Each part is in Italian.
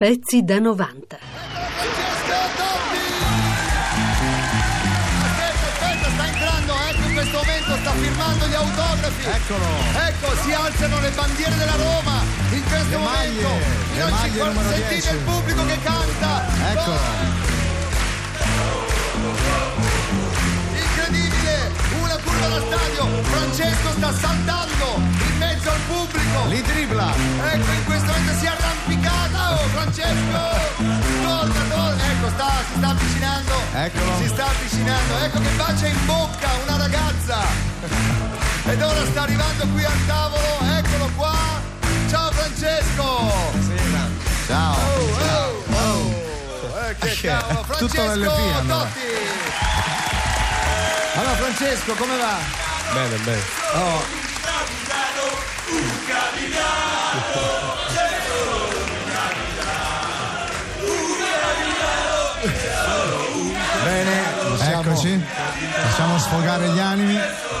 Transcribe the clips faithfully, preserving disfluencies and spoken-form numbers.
Pezzi da novanta. In questo momento sta firmando gli autografi. Eccolo. Ecco, si alzano le bandiere della Roma. In questo le momento maglie, le maglie numero sentite dieci. il pubblico che canta. Eccolo. Incredibile, una curva da stadio. Francesco sta saltando in mezzo al pubblico. Li dribbla. Ecco, in questo momento si è arrampicata. Oh, Francesco, torna, torna. Ecco, sta, si sta avvicinando. Eccolo. Si sta avvicinando. Ecco che bacia in bocca una ragazza. Ed ora sta arrivando qui al tavolo. Eccolo qua. Ciao Francesco. Ciao. Oh, oh, oh. Eh, che cavolo. Tutto Francesco nelle vie, allora. Totti. Allora Francesco, come va? Bene, bene. Oh. Bene, possiamo... Eccoci. Facciamo sfogare gli animi.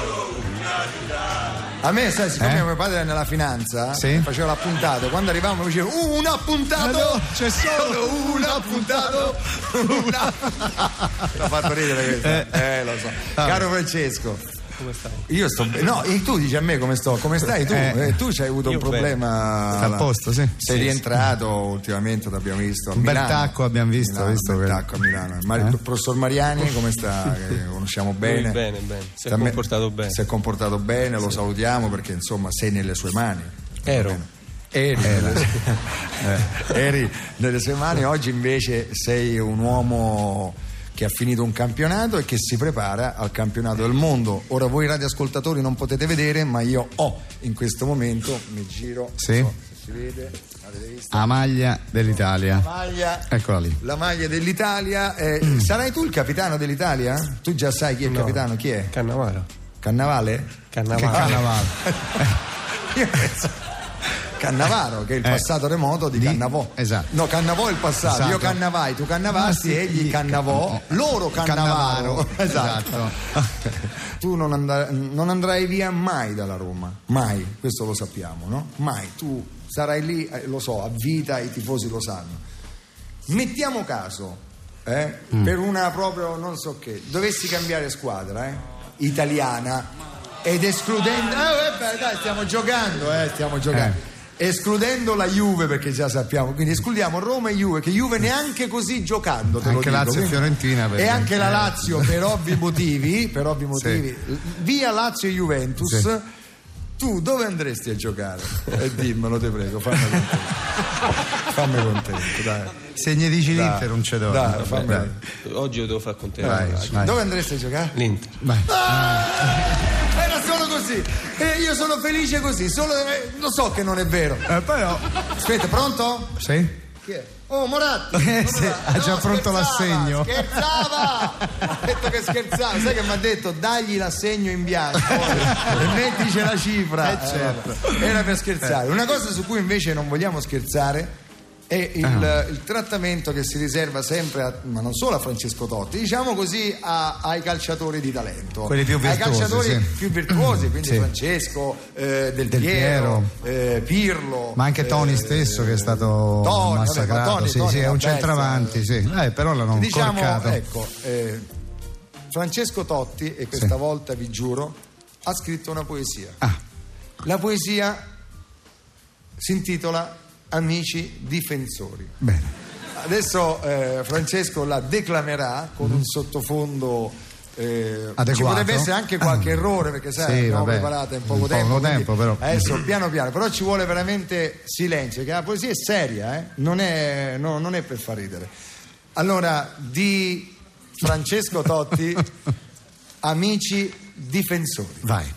A me, sai, siccome Eh? mio padre era nella finanza, Sì. faceva l'appuntato, quando arrivavamo mi diceva uh, un appuntato, Ma no, c'è solo un appuntato, una... L'ho fatto ridere questo, eh, eh lo so. Ah. Caro Francesco, Come stai? io sto bene, no, e tu dici a me come sto, come stai tu? Eh. Eh, tu c'hai avuto Io un problema. Sta a posto, sì. Sei Sì, rientrato ultimamente, l'abbiamo visto a Un bel Milano. tacco abbiamo visto, Milano, visto un bel che- tacco a Milano. Ma il Eh? professor Mariani come sta? Che conosciamo bene. Lui bene, bene. Si è Sta me- comportato bene. Si è comportato bene, lo salutiamo perché insomma sei nelle sue mani. Ero. Eri, nelle sue- eh, eri nelle sue mani, oggi invece sei un uomo che ha finito un campionato e che si prepara al campionato del mondo. Ora voi radioascoltatori non potete vedere, ma io ho in questo momento, mi giro, Sì. non so se si vede, avete visto? La maglia dell'Italia. Maglia, Eccola lì. la maglia dell'Italia. eh, Mm. Sarai tu il capitano dell'Italia? Tu già sai chi è il No. capitano, chi è? Cannavaro. Cannavale? Cannavaro. Che carnavale. Io penso Cannavaro, che è il Eh, passato remoto di, di- Cannavò. esatto. No, Cannavò è il passato. Esatto. Io cannavai, tu cannavasti, Ma sì, egli gli- cannavò, can- loro cannavaro. Cannavaro. Esatto. Tu non, andrai, non andrai via mai dalla Roma, mai, questo lo sappiamo, no? Mai. Tu sarai lì, eh, lo so, a vita, i tifosi lo sanno. Mettiamo caso, eh, Mm. per una proprio non so che, dovessi cambiare squadra, eh, italiana, ed escludendo, eh, beh, dai, stiamo giocando, eh, stiamo giocando. Eh. Escludendo la Juve, perché già sappiamo, quindi escludiamo Roma e Juve, che Juve neanche così giocando, te lo Anche dico, Lazio e quindi- Fiorentina, per e anche la esempio. Lazio per ovvi motivi, per ovvi motivi, via Lazio e Juventus. Sì. Tu dove andresti a giocare? E dimmelo, te prego, fammi contento. Fammi contento, dai. Se ne dici Dai, l'Inter non c'è dove. dai, Vabbè, fammi- dai. Oggi lo devo far contento. Vai, Dai. vai. Dove andresti a giocare? L'Inter. Vai. Era solo così. E io sono felice così, solo eh, lo so che non è vero. Eh, però. Aspetta, pronto? Sì? Chi è? Oh, Moratti! Eh, Come sì, va? ha già pronto scherzava, l'assegno. Scherzava! Ha detto che scherzava. Sai che mi ha detto dagli l'assegno in bianco e mettici la cifra. Eh, certo. Eh, Era per scherzare. Una cosa su cui invece non vogliamo scherzare è il, Ah. il trattamento che si riserva sempre, a, ma non solo a Francesco Totti, diciamo così, a- ai calciatori di talento. Quelli più virtuosi, ai calciatori sì. più virtuosi, quindi Sì. Francesco, eh, Del, Del Piero, eh, Pirlo. Ma anche Toni eh, stesso che è stato Toni, vabbè, massacrato. ma Toni- sì, Toni sì, è è un una centravanti, sì. Eh, però l'hanno Diciamo, corcato. ecco, eh, Francesco Totti, e questa volta vi giuro, ha scritto una poesia. Ah, La poesia si intitola Amici difensori. bene. Adesso eh, Francesco la declamerà con un sottofondo. Eh, Adeguato. ci potrebbe essere anche qualche errore perché sai, Sì, l'abbiamo vabbè, preparata in in poco poco tempo, quindi tempo, però. adesso piano piano, però ci vuole veramente silenzio, perché la poesia è seria, eh? non, è, no, non è per far ridere. Allora, di Francesco Totti, Amici difensori. Vai.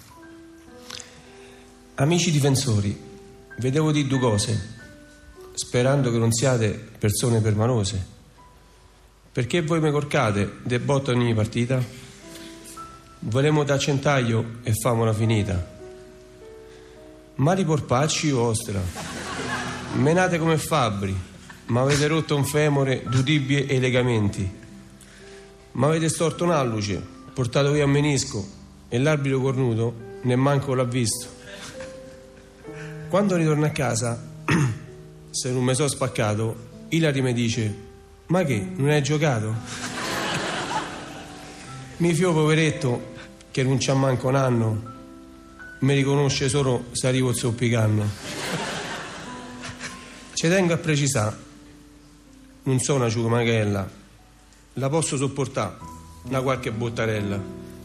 Amici difensori, vedevo di due cose, sperando che non siate persone permanose. Perché voi mi corcate de botte ogni partita? Volemo da centaglio e famola finita. Mari porpacci vostra, menate come fabbri, ma avete rotto un femore, due tibie e i legamenti. Ma avete storto un alluce, portato via un menisco e l'arbitro cornuto nemmanco l'ha visto. Quando ritorno a casa, se non mi sono spaccato, Ilari mi dice: ma che, non hai giocato? Mi fio poveretto che non c'ha manco un anno, mi riconosce solo se arrivo il zoppicanno. Ci tengo a precisare, non so una ciumaghella, la posso sopportare una qualche bottarella.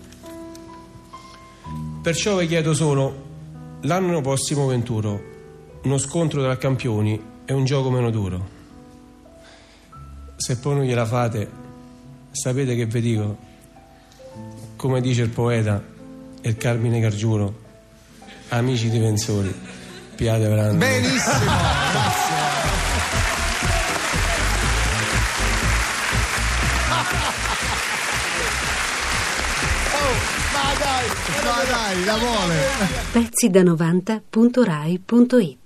Perciò vi chiedo solo, l'anno prossimo venturo, uno scontro tra campioni è un gioco meno duro. Se poi non gliela fate, sapete che vi dico? Come dice il poeta e il Carmine Gargiuro, amici difensori, piate veramente. Benissimo, grazie. Oh, ma dai, ma dai, la vuole. Pezzi da novanta punto rai punto it